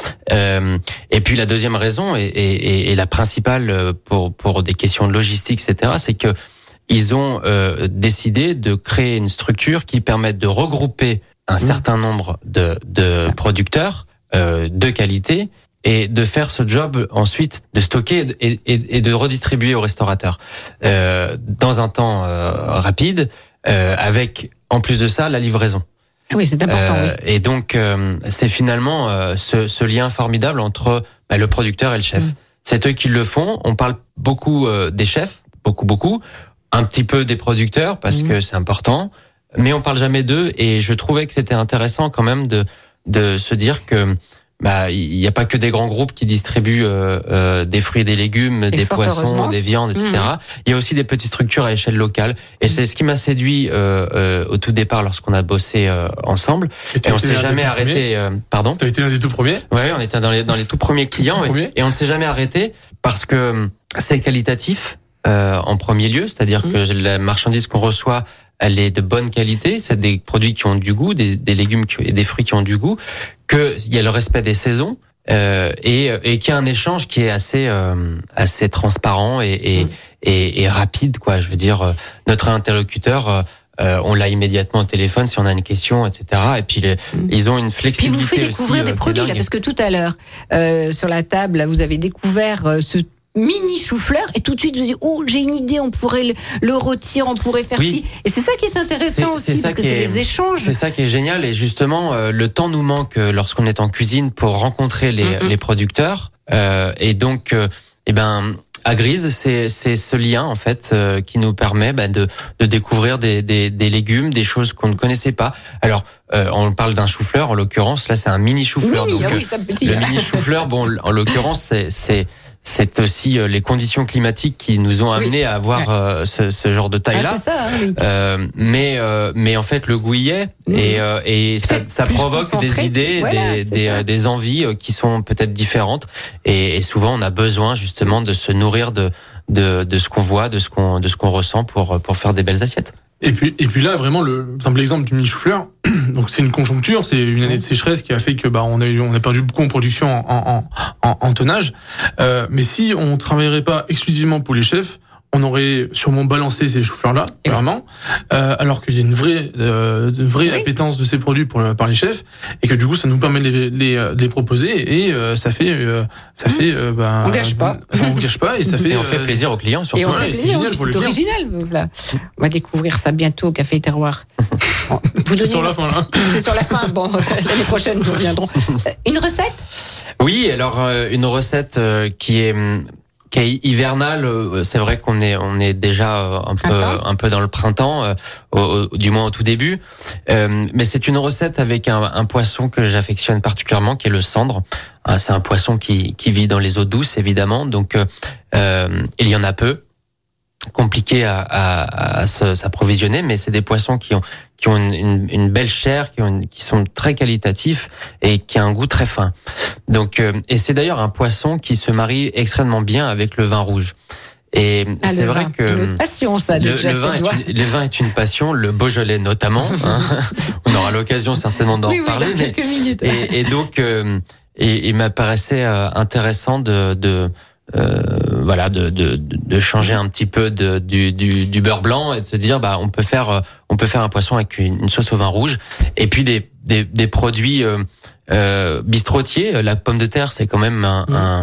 Euh, et puis la deuxième raison et, et, et la principale pour pour des questions de logistique, et cetera, c'est que ils ont euh, décidé de créer une structure qui permette de regrouper un mmh. certain nombre de, de producteurs euh, de qualité et de faire ce job ensuite de stocker et, et, et de redistribuer aux restaurateurs euh, dans un temps euh, rapide euh, avec en plus de ça la livraison. Oui, c'est important. Euh, oui. Et donc euh, c'est finalement euh, ce, ce lien formidable entre bah, le producteur et le chef. Mmh. C'est eux qui le font. On parle beaucoup euh, des chefs, beaucoup beaucoup. Un petit peu des producteurs parce mmh. que c'est important, mais on parle jamais d'eux et je trouvais que c'était intéressant quand même de de se dire que bah il y a pas que des grands groupes qui distribuent euh, euh, des fruits et des légumes, et des poissons, des viandes, et cetera. Mmh. Il y a aussi des petites structures à échelle locale et mmh. c'est ce qui m'a séduit euh, euh, au tout départ lorsqu'on a bossé euh, ensemble et, et on s'est jamais arrêté. Euh, pardon. T'as été l'un des tout premiers. Ouais, on était dans les dans les tout premiers clients tout et, et on ne s'est jamais arrêté parce que c'est qualitatif. Euh, en premier lieu, c'est-à-dire mmh. que la marchandise qu'on reçoit, elle est de bonne qualité, c'est des produits qui ont du goût, des, des légumes qui, et des fruits qui ont du goût, que il y a le respect des saisons euh, et, et qu'il y a un échange qui est assez euh, assez transparent et, et, mmh. et, et rapide, quoi. Je veux dire, notre interlocuteur. Euh, on l'a immédiatement au téléphone si on a une question, et cetera. Et puis les, mmh. ils ont une flexibilité aussi. Puis vous faites découvrir aussi, des euh, produits là, parce que tout à l'heure euh, sur la table, là, vous avez découvert euh, ce mini chou-fleur et tout de suite vous dites oh j'ai une idée, on pourrait le, le rôtir, on pourrait faire oui. ci et c'est ça qui est intéressant c'est, aussi c'est parce que c'est est, les échanges. C'est ça qui est génial et justement euh, le temps nous manque euh, lorsqu'on est en cuisine pour rencontrer les, mm-hmm. les producteurs euh, et donc euh, eh ben Agriz, c'est c'est ce lien en fait euh, qui nous permet bah, de de découvrir des, des des légumes, des choses qu'on ne connaissait pas. Alors euh, on parle d'un chou-fleur en l'occurrence, là c'est un mini chou-fleur. Mini, donc ah oui, ça petit, le hein. mini chou-fleur, bon en l'occurrence c'est c'est c'est aussi les conditions climatiques qui nous ont amené oui. à avoir ouais. euh, ce, ce genre de taille-là. Ah, c'est ça, oui. euh, mais euh, mais en fait le goût y est mmh. et euh, et ça, ça provoque des idées, voilà, des des, euh, des envies qui sont peut-être différentes et, et souvent on a besoin justement de se nourrir de de de ce qu'on voit, de ce qu'on de ce qu'on ressent pour pour faire des belles assiettes. Et puis, et puis là, vraiment, le simple exemple du mini chou-fleur, donc c'est une conjoncture, c'est une année de sécheresse qui a fait que bah on a eu, on a perdu beaucoup en production en, en, en, en tonnage. Euh, mais si on travaillerait pas exclusivement pour les chefs, on aurait sûrement balancé ces chou-fleurs-là, vraiment, euh, alors qu'il y a une vraie, euh, une vraie oui. appétence de ces produits pour, par les chefs, et que du coup, ça nous permet de les, les, de les proposer, et euh, ça fait, euh, ça fait, euh, bah, on gâche pas, ça, on gâche pas, et ça fait, et on fait plaisir aux clients surtout. Et on fait plaisir, c'est génial pour c'est original. Voilà. On va découvrir ça bientôt au Café Terroir. Vous c'est sur la fin là. C'est sur la fin. Bon, l'année prochaine nous reviendrons. Une recette? Oui, alors euh, une recette euh, qui est qui est hivernale. C'est vrai qu'on est on est déjà un peu printemps. un peu dans le printemps, euh, au, au, du moins au tout début. Euh, mais c'est une recette avec un, un poisson que j'affectionne particulièrement, qui est le sandre. Ah, c'est un poisson qui qui vit dans les eaux douces évidemment, donc euh, il y en a peu. Compliqué à, à, à s'approvisionner, mais c'est des poissons qui ont qui ont une, une, une belle chair, qui ont une, qui sont très qualitatifs et qui a un goût très fin. Donc euh, et c'est d'ailleurs un poisson qui se marie extrêmement bien avec le vin rouge. Et ah, c'est vrai vin. que une passion ça. Le, le vin, est une, le vin est une passion, le Beaujolais notamment. Hein. On aura l'occasion certainement d'en oui, parler. Oui, mais, quelques minutes. Et, et donc, euh, et, il m'apparaissait euh, intéressant de, de euh, voilà, de, de, de changer un petit peu de, du, du, du beurre blanc et de se dire, bah, on peut faire, on peut faire un poisson avec une, une sauce au vin rouge. Et puis des, des, des produits euh, euh, bistrotiers. La pomme de terre, c'est quand même un, mmh. un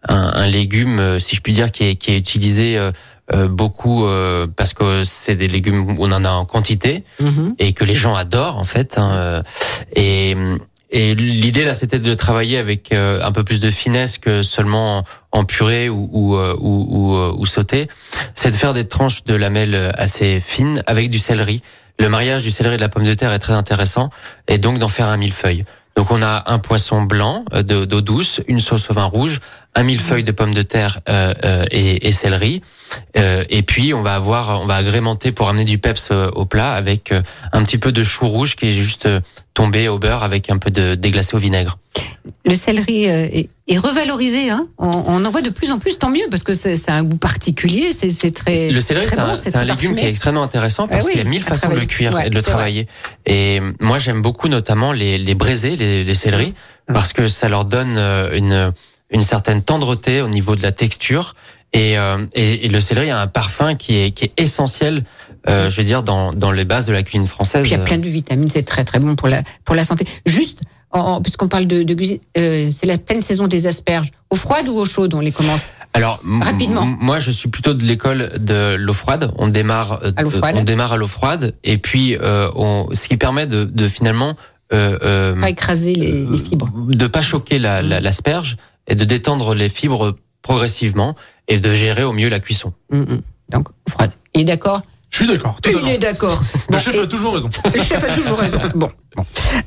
un, un légume, euh, si je puis dire, qui est, qui est utilisé euh, euh, beaucoup euh, parce que c'est des légumes où on en a en quantité Mhm. et que les gens adorent en fait. Hein, euh, et et l'idée là, c'était de travailler avec euh, un peu plus de finesse que seulement en, en purée ou ou, euh, ou ou euh, ou sauté. C'est de faire des tranches de lamelles assez fines avec du céleri. Le mariage du céleri et de la pomme de terre est très intéressant, et donc d'en faire un millefeuille. Donc on a un poisson blanc euh, de, d'eau douce, une sauce au vin rouge, un millefeuille de pommes de terre euh, euh, et, et céleri. Euh, et puis on va avoir, on va agrémenter pour amener du peps euh, au plat avec euh, un petit peu de chou rouge qui est juste euh, tombé au beurre avec un peu de déglacé au vinaigre. Le céleri euh, est, est revalorisé. Hein. On, on en voit de plus en plus, tant mieux, parce que c'est, c'est un goût particulier. C'est, c'est très. Le céleri, très c'est, bon, un, c'est c'est un très légume parfumé. qui est extrêmement intéressant parce Ah oui, qu'il y a mille à façons de le travailler. cuire Ouais, et de le c'est vrai. travailler. Et moi, j'aime beaucoup notamment les, les braisés, les, les céleris, parce que ça leur donne euh, une, une certaine tendreté au niveau de la texture. Et, euh, et, et le céleri a un parfum qui est, qui est essentiel, euh, je veux dire, dans, dans les bases de la cuisine française. Puis il y a plein de vitamines, c'est très très bon pour la, pour la santé. Juste, en, en- puisqu'on parle de, de cuisine, euh, c'est la pleine saison des asperges. Eau froide ou eau chaude, on les commence? Alors, m- Rapidement. m- moi, je suis plutôt de l'école de l'eau froide. On démarre, euh, À l'eau froide. on démarre à l'eau froide, et puis euh, on, ce qui permet de, de finalement euh, euh, Pas écraser les, les fibres. de pas choquer la, la, l'asperge et de détendre les fibres progressivement et de gérer au mieux la cuisson. Mm, mm. Donc, eau froide. Il est d'accord? Je suis d'accord, Il totalement. est d'accord. Le Bon, chef et- a toujours raison. Le chef a toujours raison. Bon. Bon.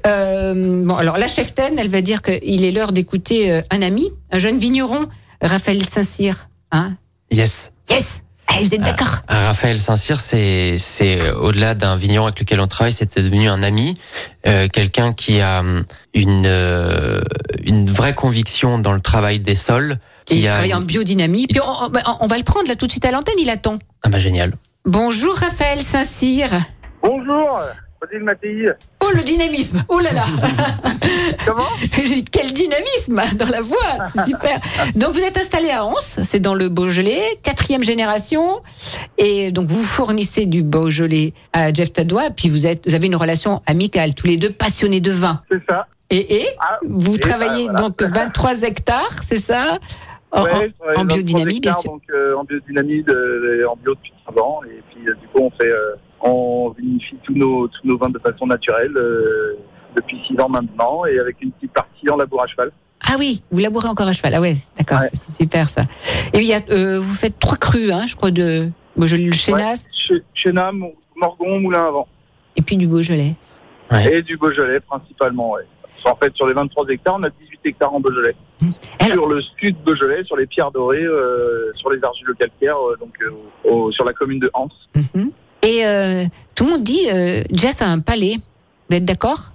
Euh, bon, alors la cheftaine, elle va dire qu'il est l'heure d'écouter euh, un ami, un jeune vigneron, Raphaël Saint-Cyr. Hein? Yes. Yes. Ah, vous êtes d'accord? Un Raphaël Saint-Cyr, c'est c'est euh, au-delà d'un vigneron avec lequel on travaille, c'était devenu un ami, euh, quelqu'un qui a hum, une euh, une vraie conviction dans le travail des sols. Et Qui il a travaille en une- biodynamie. Puis on, on- on va le prendre là tout de suite à l'antenne, il attend. Ah bah génial. Bonjour Raphaël Saint-Cyr. Bonjour, Odile Mattei. Oh le dynamisme. Oh là là. Comment? Quel dynamisme dans la voix, c'est super. Donc vous êtes installé à Anse, c'est dans le Beaujolais, quatrième génération, et donc vous fournissez du Beaujolais à Jeff Tadois, puis vous êtes, vous avez une relation amicale, tous les deux passionnés de vin. C'est ça. Et, et Ah, vous et travaillez bah, voilà. donc vingt-trois hectares, c'est ça? En, Ouais, en- je travaille en dans biodynamie, bien hectares, sûr. Donc euh, en biodynamie, de, en bio depuis quinze ans. Et puis euh, du coup, on fait, euh, on vinifie tous nos, tous nos vins de façon naturelle euh, depuis six ans maintenant, et avec une petite partie en labour à cheval. Ah oui, vous labourez encore à cheval. Ah ouais, d'accord, Ouais. c'est, c'est super ça. Et il y a, euh, vous faites trois crus, hein, je crois, de Beaujolais, le Chénas, Ouais, Chénas, Morgon, Moulin à Vent. et puis du Beaujolais. Ouais. Et du Beaujolais principalement, ouais. En fait, sur les vingt-trois hectares, on a dix-huit hectares en Beaujolais. Alors- Sur le sud Beaujolais, sur les pierres dorées, euh, sur les argileux calcaires, euh, donc euh, au- sur la commune de Anse. Mhm. Et euh, tout le monde dit, euh, Jeff a un palais. Vous êtes d'accord?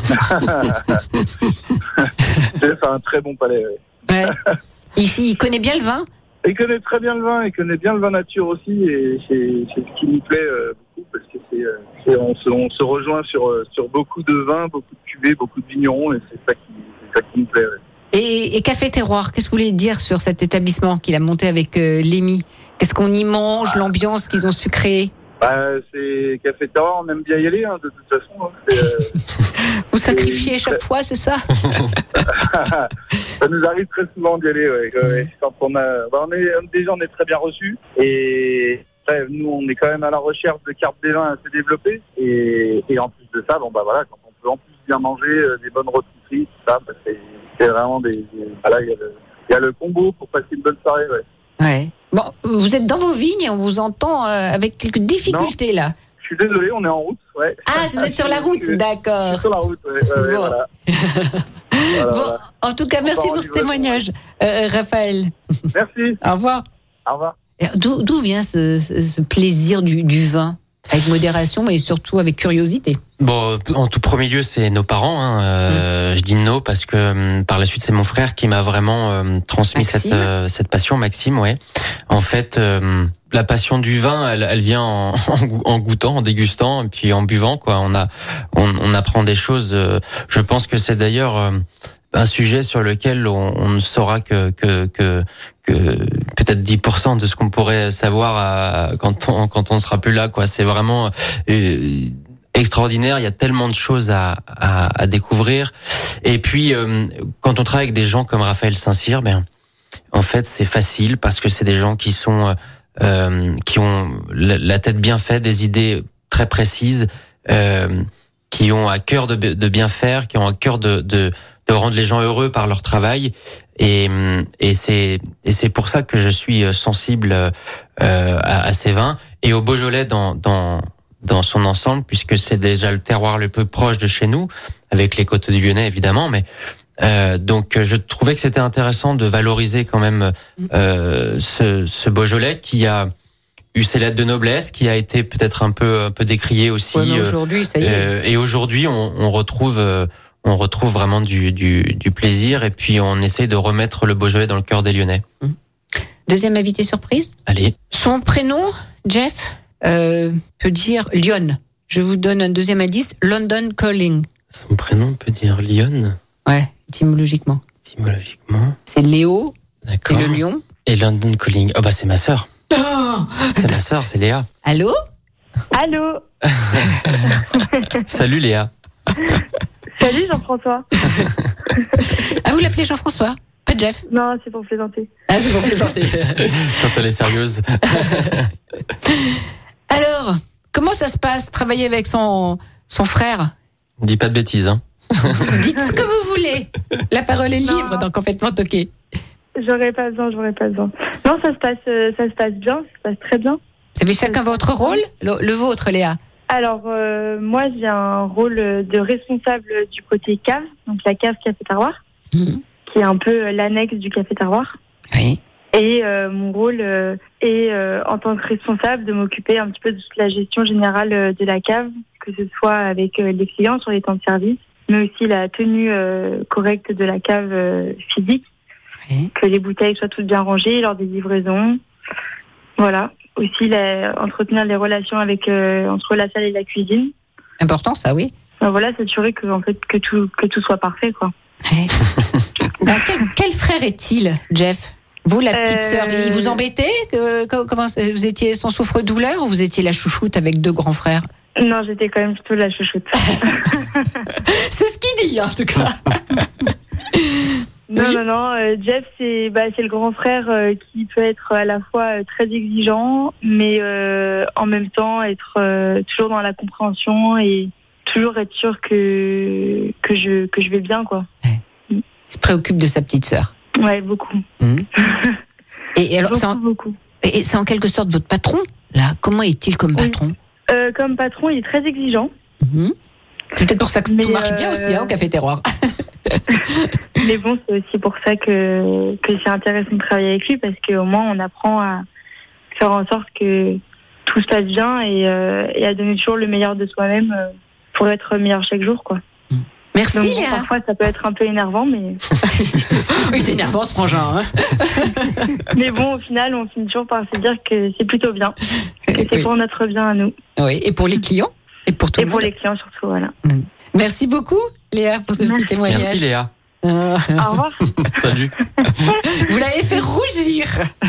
Jeff a un très bon palais, ouais. Ouais. Ici, il connaît bien le vin. Il connaît très bien le vin, il connaît bien le vin nature aussi, et c'est, c'est ce qui nous plaît euh, beaucoup, parce que c'est, euh, c'est- on, se, on se rejoint sur, euh, sur beaucoup de vins, beaucoup de cuvées, beaucoup de vignerons, et c'est ça qui, c'est ça qui nous plaît. Ouais. Et, et Café Terroir, qu'est-ce que vous voulez dire sur cet établissement qu'il a monté avec euh, Lémi? Qu'est-ce qu'on y mange, l'ambiance qu'ils ont su créer? Bah, c'est Café Terroir, on aime bien y aller, hein, de toute façon. Hein, c'est, euh, Vous sacrifiez chaque fois, c'est ça? ça nous arrive très souvent d'y aller, ouais, ouais, ouais. Quand on a, bah, on est, déjà, on est très bien reçus, et après, nous, on est quand même à la recherche de cartes des vins assez développées, et, et en plus de ça, bon, bah voilà, quand on peut en plus bien manger, euh, des bonnes rôtisseries, tout ça, bah, c'est, c'est vraiment des, des voilà, il y a le, il y a le combo pour passer une bonne soirée, ouais. Ouais. Bon, vous êtes dans vos vignes et on vous entend euh, avec quelques difficultés là. Je suis désolé, on est en route, ouais. Ah, vous êtes sur la route, Je suis d'accord. sur la route, ouais, ouais, ouais, Bon. voilà. Voilà, Bon, voilà. en tout cas, merci On pour va ce en livraison, témoignage, euh, Raphaël. Merci, Au revoir. au revoir. Et D'où, d'où vient ce, ce- ce plaisir du, du vin? Avec modération, mais surtout avec curiosité. Bon, en tout premier lieu, c'est nos parents. Hein. Euh, Je dis nos parce que hum, par la suite, c'est mon frère qui m'a vraiment euh, transmis Maxime. cette euh, cette passion, Maxime. Ouais. En fait, euh, la passion du vin, elle, elle vient en, en, goût- en goûtant, en dégustant, et puis en buvant. Quoi. On a, on, on apprend des choses. euh, je pense que c'est d'ailleurs euh, un sujet sur lequel on, on ne saura que que que, que peut-être dix pour cent de ce qu'on pourrait savoir à- quand on quand on sera plus là. Quoi. C'est vraiment euh, extraordinaire. Il y a tellement de choses à, à, à découvrir. Et puis, euh, quand on travaille avec des gens comme Raphaël Saint-Cyr, ben en fait, c'est facile parce que c'est des gens qui sont euh, qui ont la, la tête bien faite, des idées très précises, euh, qui ont à cœur de, de bien faire, qui ont à cœur de, de de rendre les gens heureux par leur travail. Et, et c'est et c'est pour ça que je suis sensible euh, à, à ces vins et au Beaujolais dans dans dans son ensemble, puisque c'est déjà le terroir le plus proche de chez nous, avec les Côtes du Lyonnais évidemment, mais euh, donc je trouvais que c'était intéressant de valoriser quand même euh, ce, ce Beaujolais qui a eu ses lettres de noblesse, qui a été peut-être un peu un peu décrié aussi. Ouais, mais aujourd'hui, ça y est. Euh, et aujourd'hui, on, on retrouve euh, on retrouve vraiment du, du du plaisir, et puis on essaye de remettre le Beaujolais dans le cœur des Lyonnais. Deuxième invité surprise. Allez. Son prénom, Jeff, euh, peut dire Lyon. Je vous donne un deuxième indice, London Calling. Son prénom peut dire Lyon. Ouais, étymologiquement. Étymologiquement. C'est Léo. D'accord. C'est le lion. Et London Calling. Oh bah c'est ma sœur. Oh c'est ma sœur, c'est Léa. Allô. Allô. Salut Léa. Salut Jean-François. Ah, vous l'appelez Jean-François, pas Jeff? Non, c'est pour plaisanter. Ah, c'est pour plaisanter. Quand elle est sérieuse. Alors, comment ça se passe, travailler avec son, son frère? Dis pas de bêtises, hein. Dites ce que vous voulez. La parole est libre dans Complètement Toqué. J'aurais pas besoin, j'aurais pas besoin. Non, ça se passe, euh, ça se passe bien, ça se passe très bien. Vous avez chacun votre rôle? Le, le vôtre, Léa? Alors, euh, moi, j'ai un rôle de responsable du côté cave, donc la cave Café Terroir, mmh. qui est un peu l'annexe du Café Terroir. Oui. Et euh, mon rôle euh, est, euh, en tant que responsable, de m'occuper un petit peu de toute la gestion générale euh, de la cave, que ce soit avec euh, les clients sur les temps de service, mais aussi la tenue euh, correcte de la cave euh, physique, oui. que les bouteilles soient toutes bien rangées lors des livraisons. Voilà. Aussi, la, entretenir les relations avec euh, entre la salle et la cuisine. Important, ça, oui. Ben voilà, s'assurer que en fait que tout que tout soit parfait, quoi. Ouais. Ben, quel, quel frère est-il, Jeff? Vous, la petite euh... sœur, il vous embêtait? euh, Comment vous étiez son souffre-douleur ou vous étiez la chouchoute avec deux grands frères? Non, j'étais quand même plutôt la chouchoute. C'est ce qu'il dit, en tout cas. Non, oui. non, non. Euh, Jeff, c'est bah, c'est le grand frère euh, qui peut être à la fois euh, très exigeant, mais euh, en même temps être euh, toujours dans la compréhension et toujours être sûr que que je que je vais bien, quoi. Ouais. Il se préoccupe de sa petite sœur. Ouais, beaucoup. Mmh. Et, et alors, beaucoup, c'est en, beaucoup. Et c'est en quelque sorte votre patron, là. Comment est-il comme oui. patron? euh, Comme patron, il est très exigeant. Mmh. C'est peut-être pour ça que mais tout marche euh... bien aussi, hein, au Café Terroir. Mais bon, c'est aussi pour ça que, que c'est intéressant de travailler avec lui, parce qu'au moins on apprend à faire en sorte que tout se passe bien et, euh, et à donner toujours le meilleur de soi-même euh, pour être meilleur chaque jour, quoi. Merci. Donc, Léa. Parfois ça peut être un peu énervant, mais... Oui, c'est énervant ce frangin, hein. Mais bon, au final, on finit toujours par se dire que c'est plutôt bien, que c'est oui. pour notre bien à nous. Oui, et pour les clients, et pour tout et le monde. monde. Et pour les clients surtout, voilà. Mmh. Merci beaucoup, Léa, pour ce Merci. petit témoignage. Merci, Léa. Euh... Au revoir. Salut. Vous l'avez fait rougir.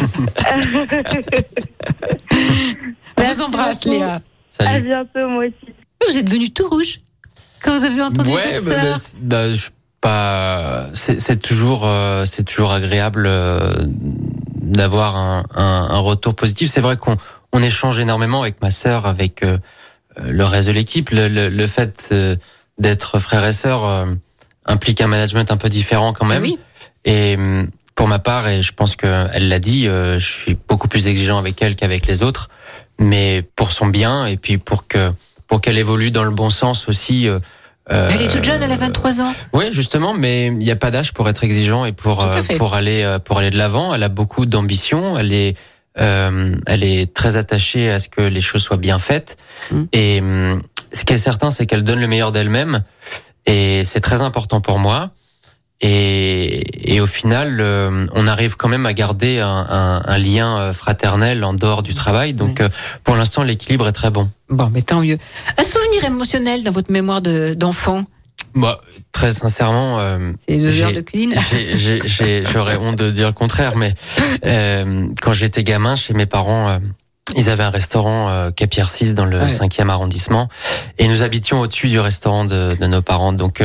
On vous embrasse, Léa. Salut. À bientôt, moi aussi. Vous êtes devenu tout rouge quand vous avez entendu ouais, ça. Bah, bah, je, pas. C'est, c'est toujours, euh, c'est toujours agréable euh, d'avoir un, un, un retour positif. C'est vrai qu'on on échange énormément avec ma sœur, avec euh, le reste de l'équipe. Le, le, le fait euh, d'être frère et sœur euh, implique un management un peu différent quand même. Oui. Et pour ma part, et je pense qu'elle l'a dit, euh, je suis beaucoup plus exigeant avec elle qu'avec les autres, mais pour son bien et puis pour que pour qu'elle évolue dans le bon sens aussi. Euh, elle est toute jeune, elle a vingt-trois ans. Oui, justement, mais il n'y a pas d'âge pour être exigeant et pour euh, pour aller pour aller de l'avant. Elle a beaucoup d'ambition. Elle est euh, elle est très attachée à ce que les choses soient bien faites. Mmh. Et ce qui est certain, c'est qu'elle donne le meilleur d'elle-même. Et c'est très important pour moi. Et, et au final, euh, on arrive quand même à garder un, un, un lien fraternel en dehors du travail. Donc, ouais. euh, pour l'instant, l'équilibre est très bon. Bon, mais tant mieux. Un souvenir émotionnel dans votre mémoire de, d'enfant? Bah, très sincèrement, euh, c'est les deux heures de cuisine. J'ai, j'ai, j'ai, j'aurais honte de dire le contraire, mais euh, quand j'étais gamin, chez mes parents, euh, ils avaient un restaurant euh, quai Pierre-six dans le ouais. cinquième arrondissement, et nous habitions au-dessus du restaurant de, de nos parents. Donc, euh,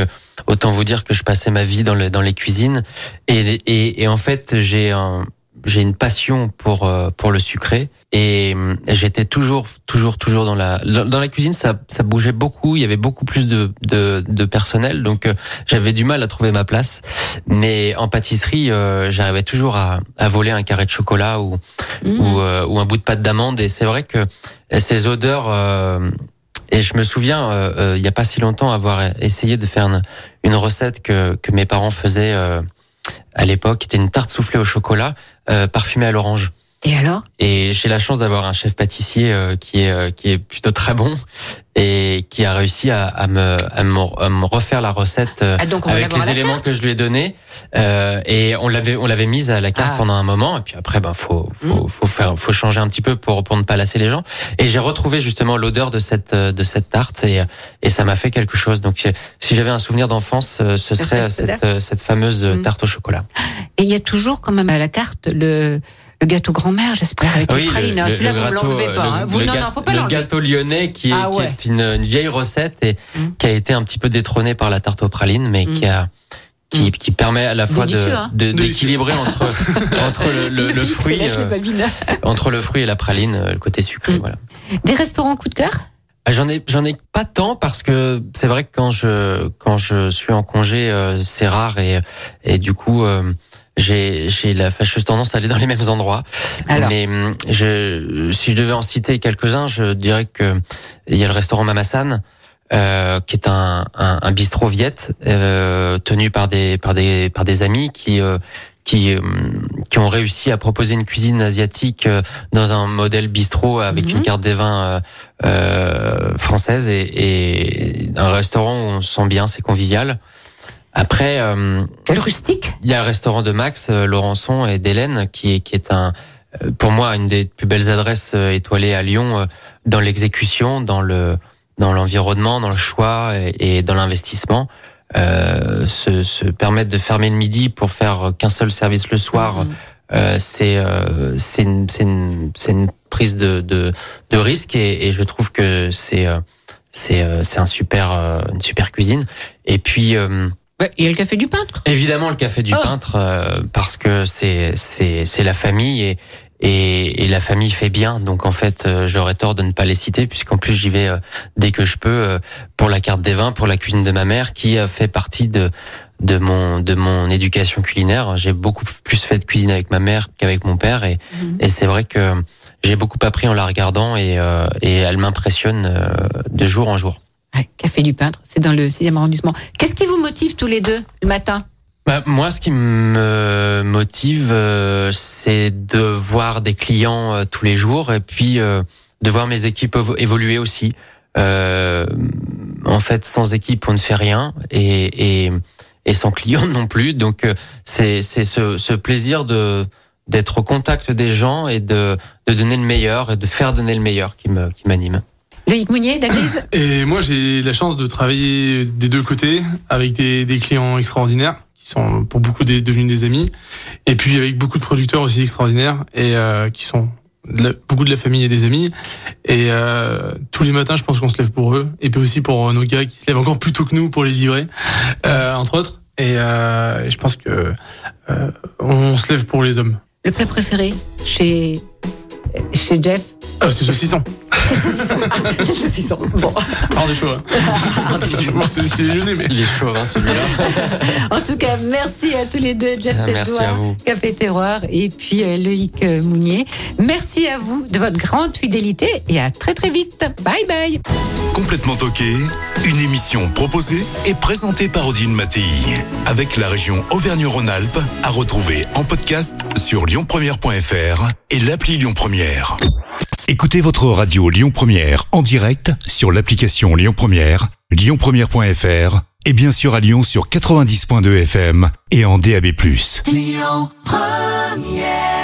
autant vous dire que je passais ma vie dans, le, dans les cuisines. Et, et, et en fait, j'ai un, j'ai une passion pour pour le sucré. Et j'étais toujours, toujours, toujours dans la dans la cuisine. Ça, ça bougeait beaucoup. Il y avait beaucoup plus de de, de personnel, donc euh, j'avais du mal à trouver ma place. Mais en pâtisserie, euh, j'arrivais toujours à, à voler un carré de chocolat ou mmh. ou, euh, ou un bout de pâte d'amande. Et c'est vrai que ces odeurs. Euh, et je me souviens, euh, euh, il y a pas si longtemps, avoir essayé de faire une, une recette que que mes parents faisaient euh, à l'époque, qui était une tarte soufflée au chocolat euh, parfumée à l'orange. Et alors ? Et j'ai la chance d'avoir un chef pâtissier euh, qui est euh, qui est plutôt très bon et qui a réussi à, à me à me, à me refaire la recette euh, ah, donc on avec les éléments carte. que je lui ai donnés euh, et on l'avait on l'avait mise à la carte ah. pendant un moment et puis après ben faut faut mmh. faut faire faut changer un petit peu pour pour ne pas lasser les gens et j'ai retrouvé justement l'odeur de cette de cette tarte et et ça m'a fait quelque chose. Donc si j'avais un souvenir d'enfance, ce serait cette cette fameuse mmh. tarte au chocolat. Et il y a toujours quand même à la carte le Le gâteau grand-mère, j'espère, avec oui, les pralines. Le, Celui-là, le vous ne l'enlevez pas. Le, hein. Vous, le non, ga- non, faut pas le l'enlever. gâteau lyonnais qui est, ah, ouais. qui est une, une vieille recette et mmh. qui a été un petit peu détrônée par la tarte aux pralines, mais mmh. qui a qui, qui permet à la fois Délicieux, de, hein. de d'équilibrer entre entre le, le, le fruit euh, entre le fruit et la praline, le côté sucré. Mmh. Voilà. Des restaurants coup de cœur? J'en ai, j'en ai pas tant parce que c'est vrai que quand je, quand je suis en congé, euh, c'est rare et, et du coup, euh, j'ai, j'ai la fâcheuse tendance à aller dans les mêmes endroits. Alors. Mais je, si je devais en citer quelques-uns, je dirais que il y a le restaurant Mamassan, euh, qui est un, un, un bistrot viette, euh, tenu par des, par des, par des amis qui, euh, qui qui ont réussi à proposer une cuisine asiatique dans un modèle bistrot avec mmh. une carte des vins euh, française et, et un restaurant où on se sent bien, c'est convivial. Après, euh, le rustique. Il y a le restaurant de Max euh, Laurençon et d'Hélène qui est qui est un pour moi une des plus belles adresses étoilées à Lyon euh, dans l'exécution, dans le dans l'environnement, dans le choix et, et dans l'investissement. Euh, se, se permettre de fermer le midi pour faire qu'un seul service le soir, mmh. euh, c'est euh, c'est une c'est une c'est une prise de de, de risque et, et je trouve que c'est euh, c'est euh, c'est un super euh, une super cuisine. Et puis euh, ouais, il y a le café du peintre. Évidemment le café du oh. peintre euh, parce que c'est c'est c'est la famille et Et, et la famille fait bien, donc en fait euh, j'aurais tort de ne pas les citer puisqu'en plus j'y vais euh, dès que je peux euh, pour la carte des vins, pour la cuisine de ma mère qui a fait partie de de mon de mon éducation culinaire. J'ai beaucoup plus fait de cuisine avec ma mère qu'avec mon père et mmh. et c'est vrai que j'ai beaucoup appris en la regardant et euh, et elle m'impressionne euh, de jour en jour. Ouais, café du peintre, c'est dans le sixième arrondissement. Qu'est-ce qui vous motive tous les deux le matin? Bah, moi, ce qui me motive, euh, c'est de voir des clients euh, tous les jours et puis euh, de voir mes équipes évoluer aussi. Euh, en fait, sans équipe, on ne fait rien et, et, et sans clients non plus. Donc, euh, c'est, c'est ce, ce plaisir de d'être au contact des gens et de, de donner le meilleur et de faire donner le meilleur qui me qui m'anime. Loïc Mounier, David. Et moi, j'ai la chance de travailler des deux côtés avec des, des clients extraordinaires. Qui sont pour beaucoup des, devenus des amis, et puis avec beaucoup de producteurs aussi extraordinaires et euh, qui sont de la, beaucoup de la famille et des amis. Et euh, tous les matins, je pense qu'on se lève pour eux, et puis aussi pour nos gars qui se lèvent encore plus tôt que nous pour les livrer, euh, entre autres. Et, euh, et je pense que euh, on se lève pour les hommes. Le plat préféré chez chez Jeff? Ah, c'est saucisson. C'est saucisson. Ah, c'est saucisson. Bon. Hors des choix. Hein. c'est, c'est lyonnais, mais il est chaud, hein, celui-là. En tout cas, merci à tous les deux, Jeff ah, merci à vous. Café Terroir, et puis euh, Loïc Mounier. Merci à vous de votre grande fidélité et à très très vite. Bye bye. Complètement toqué, une émission proposée et présentée par Odile Mattei, avec la région Auvergne-Rhône-Alpes, à retrouver en podcast sur lyon première point f r et l'appli Lyon Première. Écoutez votre radio Lyon Première en direct sur l'application Lyon Première, lyon première point f r et bien sûr à Lyon sur quatre-vingt-dix point deux F M et en D A B plus. Lyon Première.